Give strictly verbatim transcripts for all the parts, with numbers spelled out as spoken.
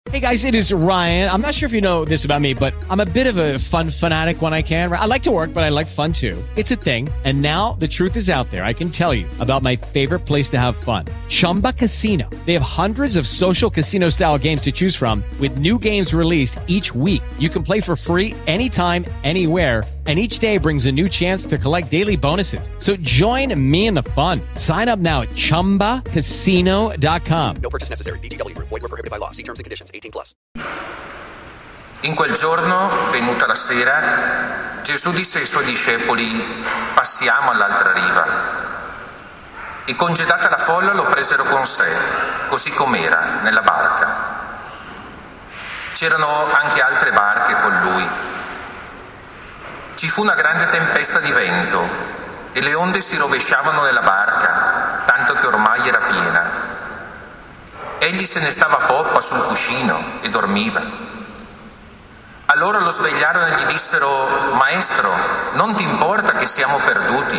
Hey guys, it is Ryan. I'm not sure if you know this about me, but I'm a bit of a fun fanatic when I can. I like to work, but I like fun too. It's a thing. And now the truth is out there. I can tell you about my favorite place to have fun. Chumba Casino. They have hundreds of social casino style games to choose from with new games released each week. You can play for free anytime, anywhere. And each day brings a new chance to collect daily bonuses. So join me in the fun. Sign up now at chumba casino dot com. No purchase necessary. V G W. Void where prohibited by law. See terms and conditions. eighteen plus. In quel giorno, venuta la sera, Gesù disse ai suoi discepoli: passiamo all'altra riva. E congedata la folla lo presero con sé, così com'era, nella barca. C'erano anche altre barche con lui. Ci fu una grande tempesta di vento e le onde si rovesciavano nella barca, tanto che ormai era piena. Egli se ne stava a poppa sul cuscino e dormiva. Allora lo svegliarono e gli dissero: Maestro, non ti importa che siamo perduti?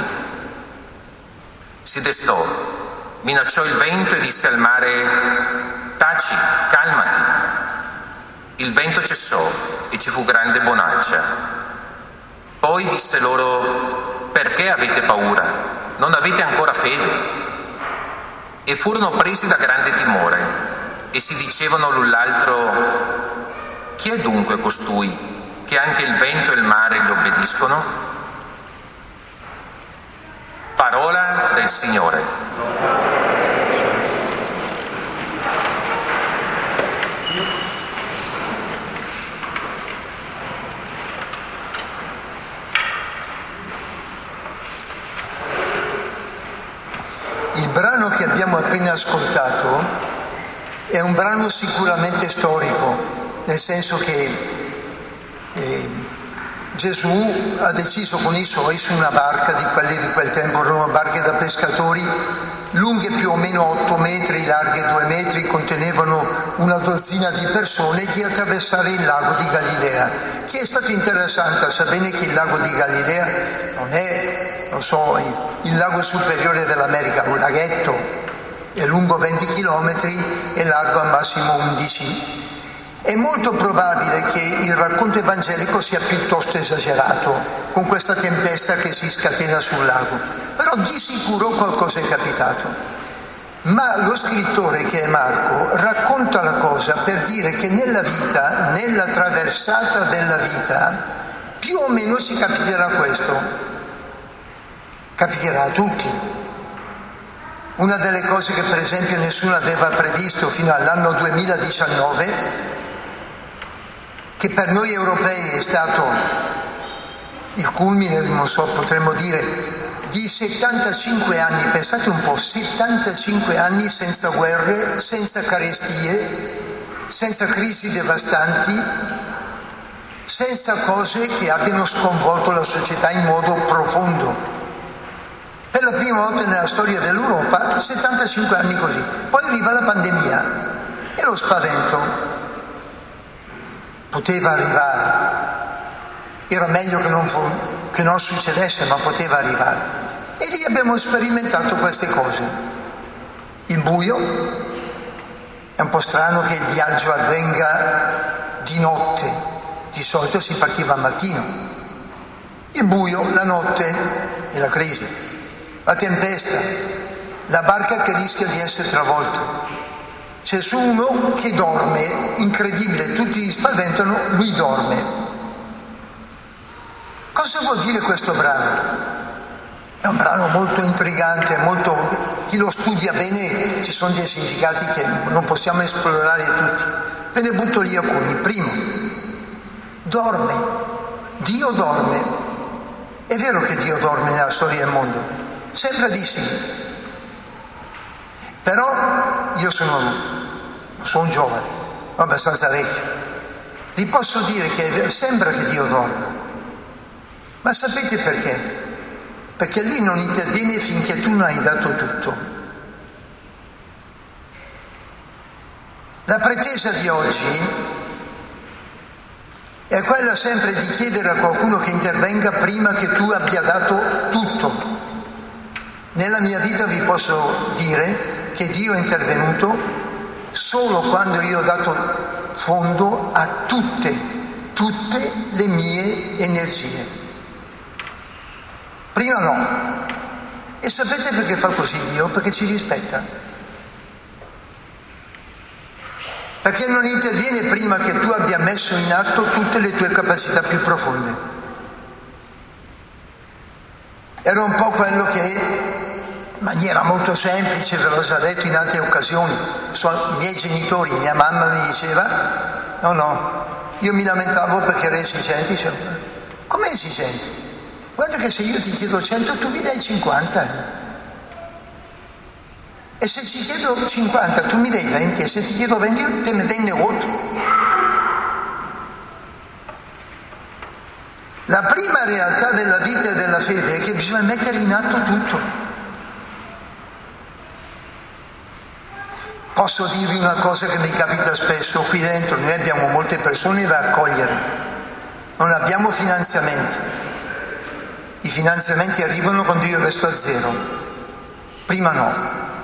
Si destò, minacciò il vento e disse al mare: Taci, calmati. Il vento cessò e ci fu grande bonaccia. Poi disse loro: perché avete paura? Non avete ancora fede? E furono presi da grande timore e si dicevano l'un l'altro: chi è dunque costui che anche il vento e il mare gli obbediscono? Parola del Signore. Il brano che abbiamo appena ascoltato è un brano sicuramente storico, nel senso che eh, Gesù ha deciso con i suoi su una barca di quelle di quel tempo, erano barche da pescatori, lunghe più o meno otto metri, larghe due metri, contenevano una dozzina di persone, di attraversare il lago di Galilea. Chi è stato interessato sa bene che il lago di Galilea non è, non so, il lago superiore dell'America, un laghetto, è lungo venti chilometri e largo al massimo undici. È molto probabile che il racconto evangelico sia piuttosto esagerato, con questa tempesta che si scatena sul lago, però di sicuro qualcosa è capitato. Ma lo scrittore, che è Marco, racconta la cosa per dire che nella vita, nella traversata della vita, più o meno ci capiterà questo. Capiterà a tutti. Una delle cose che per esempio nessuno aveva previsto fino all'anno duemiladiciannove, che per noi europei è stato il culmine, non so, potremmo dire, di settantacinque anni, pensate un po', settantacinque anni senza guerre, senza carestie, senza crisi devastanti, senza cose che abbiano sconvolto la società in modo profondo. Per la prima volta nella storia dell'Europa, settantacinque anni così. Poi arriva la pandemia e lo spavento. Poteva arrivare, era meglio che non, fu, che non succedesse, ma poteva arrivare. E lì abbiamo sperimentato queste cose. Il buio, è un po' strano che il viaggio avvenga di notte, di solito si partiva al mattino. Il buio, la notte e la crisi, la tempesta, la barca che rischia di essere travolta. C'è su uno che dorme, incredibile, tutti gli spaventano, lui dorme. Cosa vuol dire questo brano? È un brano molto intrigante, molto, chi lo studia bene, ci sono dei significati che non possiamo esplorare tutti. Ve ne butto lì alcuni. Primo, dorme, Dio dorme. È vero che Dio dorme nella storia del mondo? Sembra di sì. Però io sono, sono giovane, abbastanza vecchio. Vi posso dire che sembra che Dio dorma. Ma sapete perché? Perché Lui non interviene finché tu non hai dato tutto. La pretesa di oggi è quella sempre di chiedere a qualcuno che intervenga prima che tu abbia dato tutto. Nella mia vita vi posso dire che Dio è intervenuto solo quando io ho dato fondo a tutte, tutte le mie energie. Prima no. E sapete perché fa così Dio? Perché ci rispetta. Perché non interviene prima che tu abbia messo in atto tutte le tue capacità più profonde. Era un po' quello che, in maniera molto semplice, ve l'ho già detto in altre occasioni, i miei genitori, mia mamma mi diceva, no, no, io mi lamentavo perché ero esigente, dicevo, com'è esigente? Guarda che se io ti chiedo cento tu mi dai cinquanta. E se ti chiedo cinquanta tu mi dai venti, e se ti chiedo venti te mi dai otto. La prima realtà della vita e della fede è che bisogna mettere in atto tutto. Posso dirvi una cosa che mi capita spesso qui dentro, noi abbiamo molte persone da accogliere, non abbiamo finanziamenti. I finanziamenti arrivano quando io resto a zero, prima no.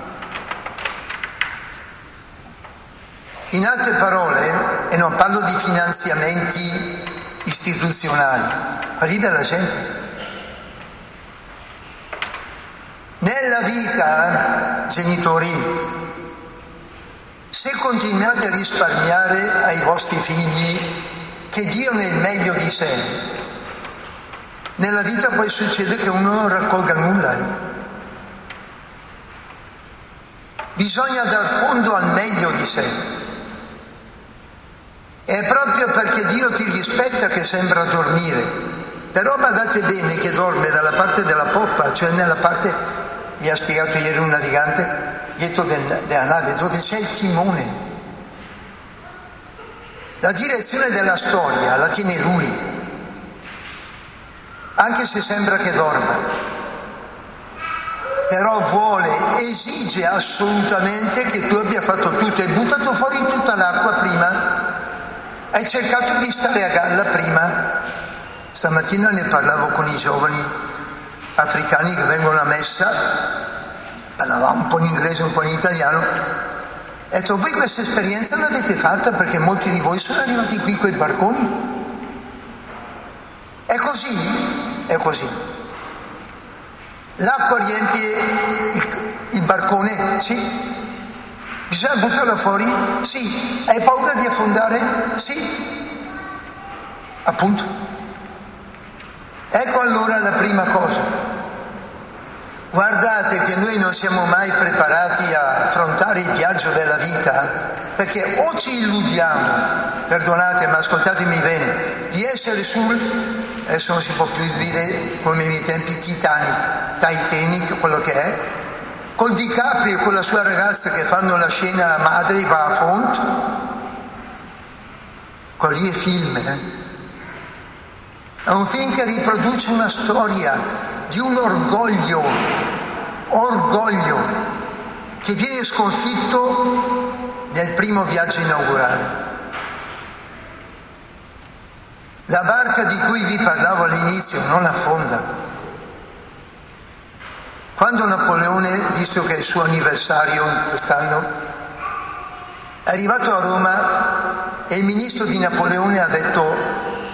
In altre parole, e non parlo di finanziamenti istituzionali, quelli della gente. Nella vita, genitori, se continuate a risparmiare ai vostri figli che diano il meglio di sé, nella vita poi succede che uno non raccolga nulla. Bisogna dar fondo al meglio di sé. È proprio perché Dio ti rispetta che sembra dormire. Però badate bene che dorme dalla parte della poppa, cioè nella parte, mi ha spiegato ieri un navigante, dietro del, della nave, dove c'è il timone. La direzione della storia la tiene Lui. Anche se sembra che dorma, però vuole, esige assolutamente che tu abbia fatto tutto, hai buttato fuori tutta l'acqua prima, hai cercato di stare a galla prima. Stamattina ne parlavo con i giovani africani che vengono a messa, parlavamo un po' in inglese, un po' in italiano, ho detto, voi questa esperienza l'avete fatta perché molti di voi sono arrivati qui coi barconi? È così? È così. L'acqua riempie il, il barcone? Sì. Bisogna buttarla fuori? Sì. Hai paura di affondare? Sì. Appunto. Ecco allora la prima cosa. Guardate che noi non siamo mai preparati a affrontare il viaggio della vita, perché o ci illudiamo, perdonate ma ascoltatemi bene, di essere sul, adesso non si può più dire come ai miei tempi, Titanic, Titanic, quello che è, col DiCaprio e con la sua ragazza che fanno la scena madre va a font, quello lì è film, eh? È un film che riproduce una storia di un orgoglio, orgoglio, che viene sconfitto nel primo viaggio inaugurale. La barca di cui vi parlavo all'inizio non affonda. Quando Napoleone, visto che è il suo anniversario quest'anno, è arrivato a Roma e il ministro di Napoleone ha detto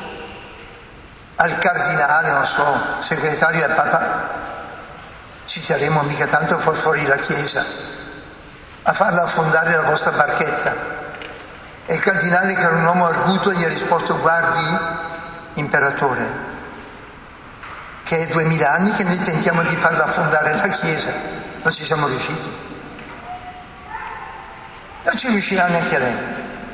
al cardinale, non so, segretario del Papa, ci terremo mica tanto a far fuori la Chiesa, a farla affondare la vostra barchetta. E il cardinale, che era un uomo arguto, gli ha risposto, guardi, imperatore, che è duemila anni che noi tentiamo di farla affondare la Chiesa, non ci siamo riusciti. Non ci riuscirà neanche lei.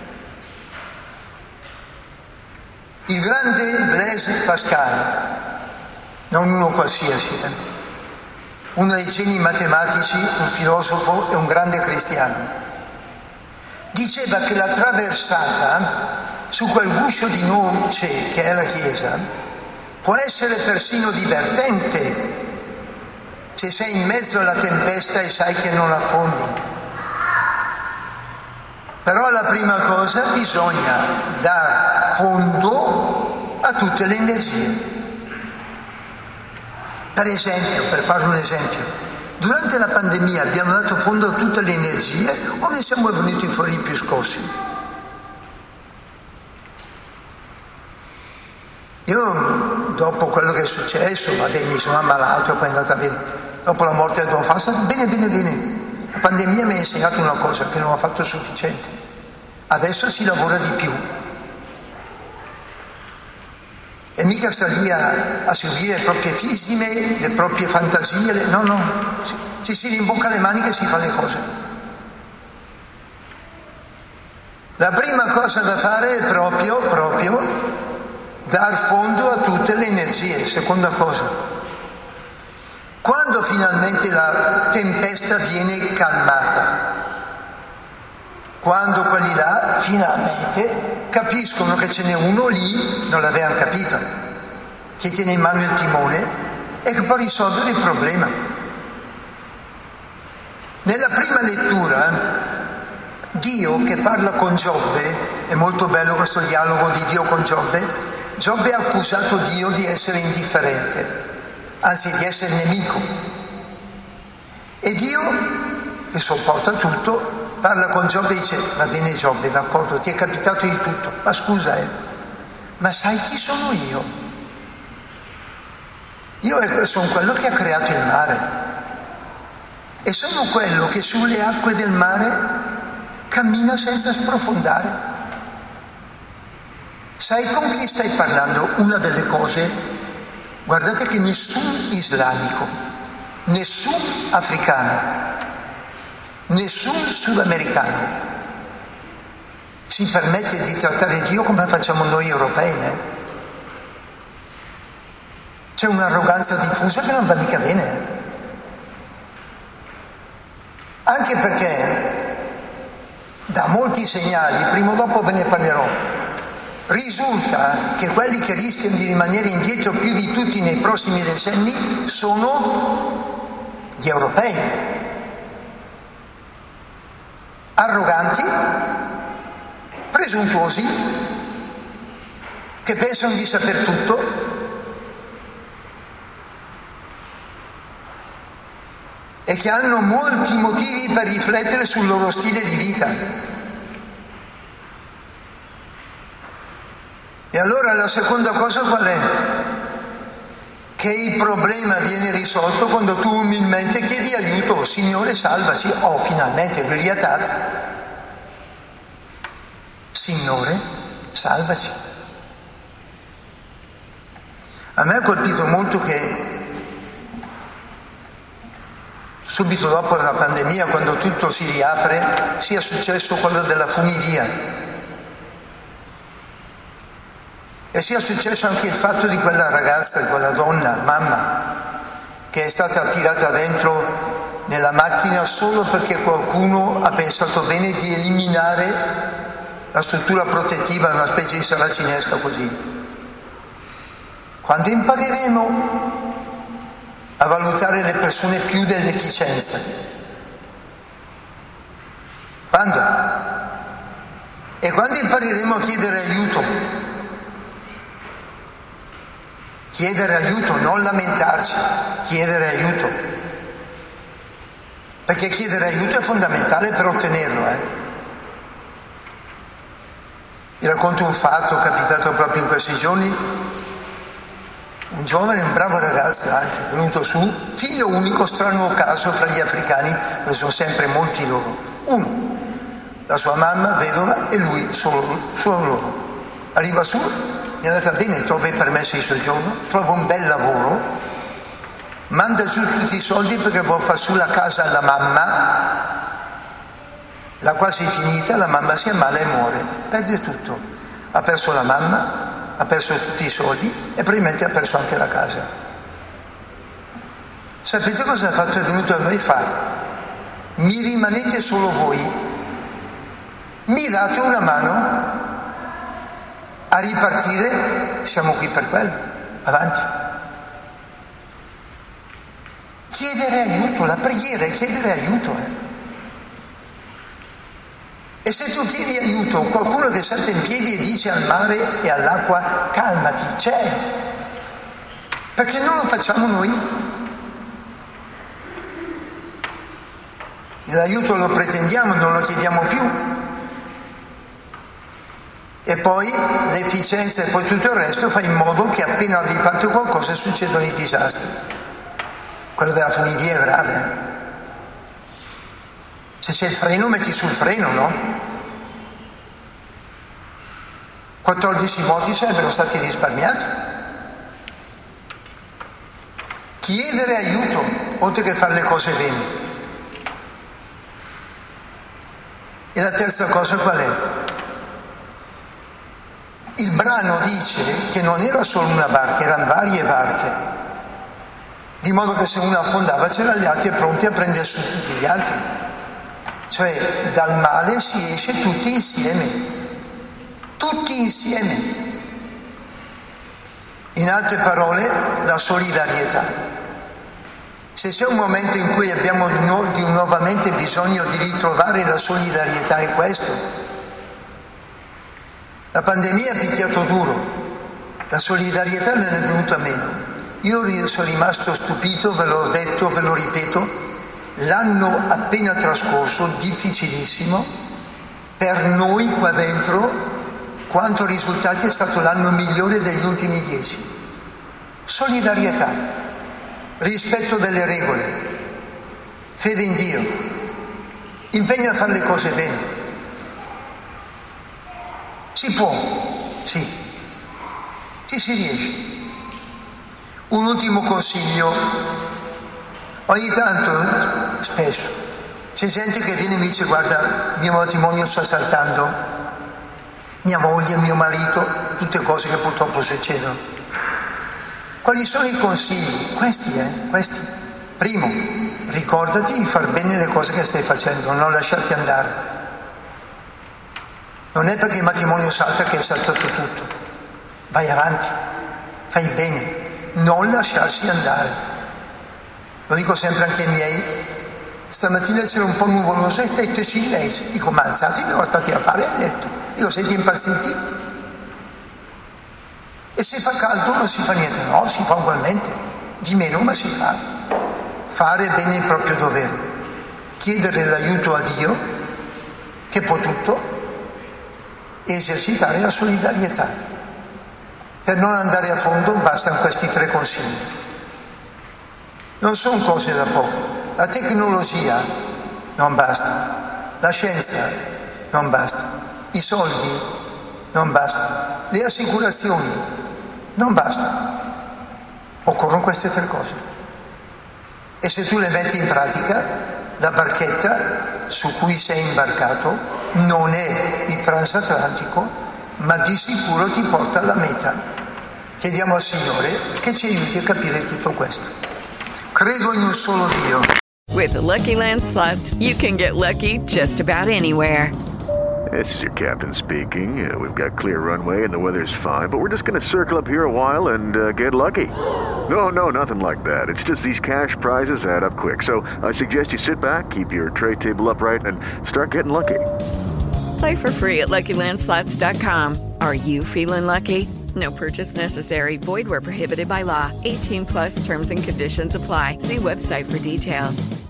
Il grande Blaise Pascal, non uno qualsiasi, eh? uno dei geni matematici, un filosofo e un grande cristiano, diceva che la traversata su quel guscio di noce che è la Chiesa può essere persino divertente se sei in mezzo alla tempesta e sai che non affondi. Però la prima cosa, bisogna dar fondo a tutte le energie. Per esempio, per fare un esempio, durante la pandemia abbiamo dato fondo a tutte le energie o ne siamo venuti fuori più scossi? Io, dopo quello che è successo, vabbè, mi sono ammalato, poi è andata bene. Dopo la morte del Don Fabio, è stato bene, bene, bene. La pandemia mi ha insegnato una cosa, che non ho fatto sufficiente. Adesso si lavora di più. E mica sta lì a, a seguire le proprie fisime, le proprie fantasie, le, no, no, ci, ci si rimbocca le maniche e si fa le cose. La prima cosa da fare è proprio, proprio, dar fondo a tutte le energie. Seconda cosa, quando finalmente la tempesta viene calmata, quando quelli là finalmente capiscono che ce n'è uno lì, non l'avevano capito, che tiene in mano il timone e che può risolvere il problema. Nella prima lettura, Dio che parla con Giobbe, è molto bello questo dialogo di Dio con Giobbe, Giobbe ha accusato Dio di essere indifferente, anzi di essere nemico. E Dio, che sopporta tutto, parla con Giobbe e dice: va bene Giobbe, d'accordo, ti è capitato di tutto, ma scusa, eh, ma sai chi sono io? Io sono quello che ha creato il mare e sono quello che sulle acque del mare cammina senza sprofondare. Sai con chi stai parlando? Una delle cose, guardate che nessun islamico, nessun africano, nessun sudamericano si permette di trattare Dio come facciamo noi europei, eh? C'è un'arroganza diffusa che non va mica bene, eh? Anche perché da molti segnali, prima o dopo ve ne parlerò, risulta che quelli che rischiano di rimanere indietro più di tutti nei prossimi decenni sono gli europei, arroganti, presuntuosi, che pensano di saper tutto e che hanno molti motivi per riflettere sul loro stile di vita. E allora la seconda cosa qual è? Che il problema viene risolto quando tu umilmente chiedi aiuto: Signore salvaci. Oh, finalmente, Goliath, Signore salvaci. A me ha colpito molto che subito dopo la pandemia, quando tutto si riapre, sia successo quello della funivia e sia successo anche il fatto di quella ragazza, di quella donna, mamma, che è stata tirata dentro nella macchina solo perché qualcuno ha pensato bene di eliminare la struttura protettiva, una specie di saracinesca così. Quando impareremo a valutare le persone più dell'efficienza? Quando? E quando impareremo a chiedere aiuto? Chiedere aiuto, non lamentarci, chiedere aiuto. Perché chiedere aiuto è fondamentale per ottenerlo. Eh? Vi racconto un fatto capitato proprio in questi giorni. Un giovane, un bravo ragazzo anche, venuto su, figlio unico, strano caso fra gli africani, perché sono sempre molti loro. Uno, la sua mamma vedova e lui solo, solo loro. Arriva su, gli è andata bene, trova i permessi di soggiorno, trova un bel lavoro, manda giù tutti i soldi perché vuole far su la casa alla mamma, la quasi finita, la mamma si ammala e muore, perde tutto. Ha perso la mamma, ha perso tutti i soldi e probabilmente ha perso anche la casa. Sapete cosa ha fatto? È venuto da noi fa: mi rimanete solo voi, mi date una mano a ripartire, siamo qui per quello, avanti. Chiedere aiuto, la preghiera è chiedere aiuto. Eh. E se tu chiedi aiuto, qualcuno che salta in piedi e dice al mare e all'acqua: calmati, c'è. Perché non lo facciamo noi? L'aiuto lo pretendiamo, non lo chiediamo più. E poi l'efficienza e poi tutto il resto fa in modo che appena gli parte qualcosa succedono i disastri. Quello della funivia è grave. Eh? Se c'è il freno, metti sul freno, no? quattordici morti sarebbero stati risparmiati. Chiedere aiuto, oltre che fare le cose bene. E la terza cosa qual è? Il brano dice che non era solo una barca, erano varie barche, di modo che se una affondava c'erano gli altri pronti a prendere su tutti gli altri. Cioè dal male si esce tutti insieme, tutti insieme. In altre parole, la solidarietà. Se c'è un momento in cui abbiamo di nuovamente bisogno di ritrovare la solidarietà è questo. La pandemia ha picchiato duro, la solidarietà non è venuta meno. Io sono rimasto stupito, ve l'ho detto, ve lo ripeto, l'anno appena trascorso, difficilissimo, per noi qua dentro, quanto risultati è stato l'anno migliore degli ultimi dieci. Solidarietà, rispetto delle regole, fede in Dio, impegno a fare le cose bene. Si può, sì, ci si riesce. Un ultimo consiglio, ogni tanto, spesso, c'è gente che viene e mi dice guarda, mio matrimonio sta saltando, mia moglie, mio marito, tutte cose che purtroppo succedono. Quali sono i consigli? Questi, eh, questi. Primo, ricordati di far bene le cose che stai facendo, non lasciarti andare. Non è perché il matrimonio salta che è saltato tutto. Vai avanti, fai bene, non lasciarsi andare. Lo dico sempre anche ai miei. Stamattina c'era un po' nuvoloso e stai in silenzio. Dico, ma alzati, cosa state a fare a letto? Dico, siete impazziti? E se fa caldo non si fa niente? No, si fa ugualmente. Di meno, ma si fa. Fare bene il proprio dovere. Chiedere l'aiuto a Dio, che può tutto, e esercitare la solidarietà. Per non andare a fondo bastano questi tre consigli. Non sono cose da poco. La tecnologia non basta, la scienza non basta, i soldi non bastano, le assicurazioni non bastano. Occorrono queste tre cose. E se tu le metti in pratica, la barchetta su cui sei imbarcato non è il transatlantico, ma di sicuro ti porta alla meta. Chiediamo al Signore che ci aiuti a capire tutto questo. Credo in un solo Dio. With the Lucky Land Slots, you can get lucky just about anywhere. This is your captain speaking. Uh, we've got clear runway and the weather's fine, but we're just going to circle up here a while and uh, get lucky. No, no, nothing like that. It's just these cash prizes add up quick. So I suggest you sit back, keep your tray table upright, and start getting lucky. Play for free at Lucky Land Slots dot com. Are you feeling lucky? No purchase necessary. Void where prohibited by law. eighteen plus terms and conditions apply. See website for details.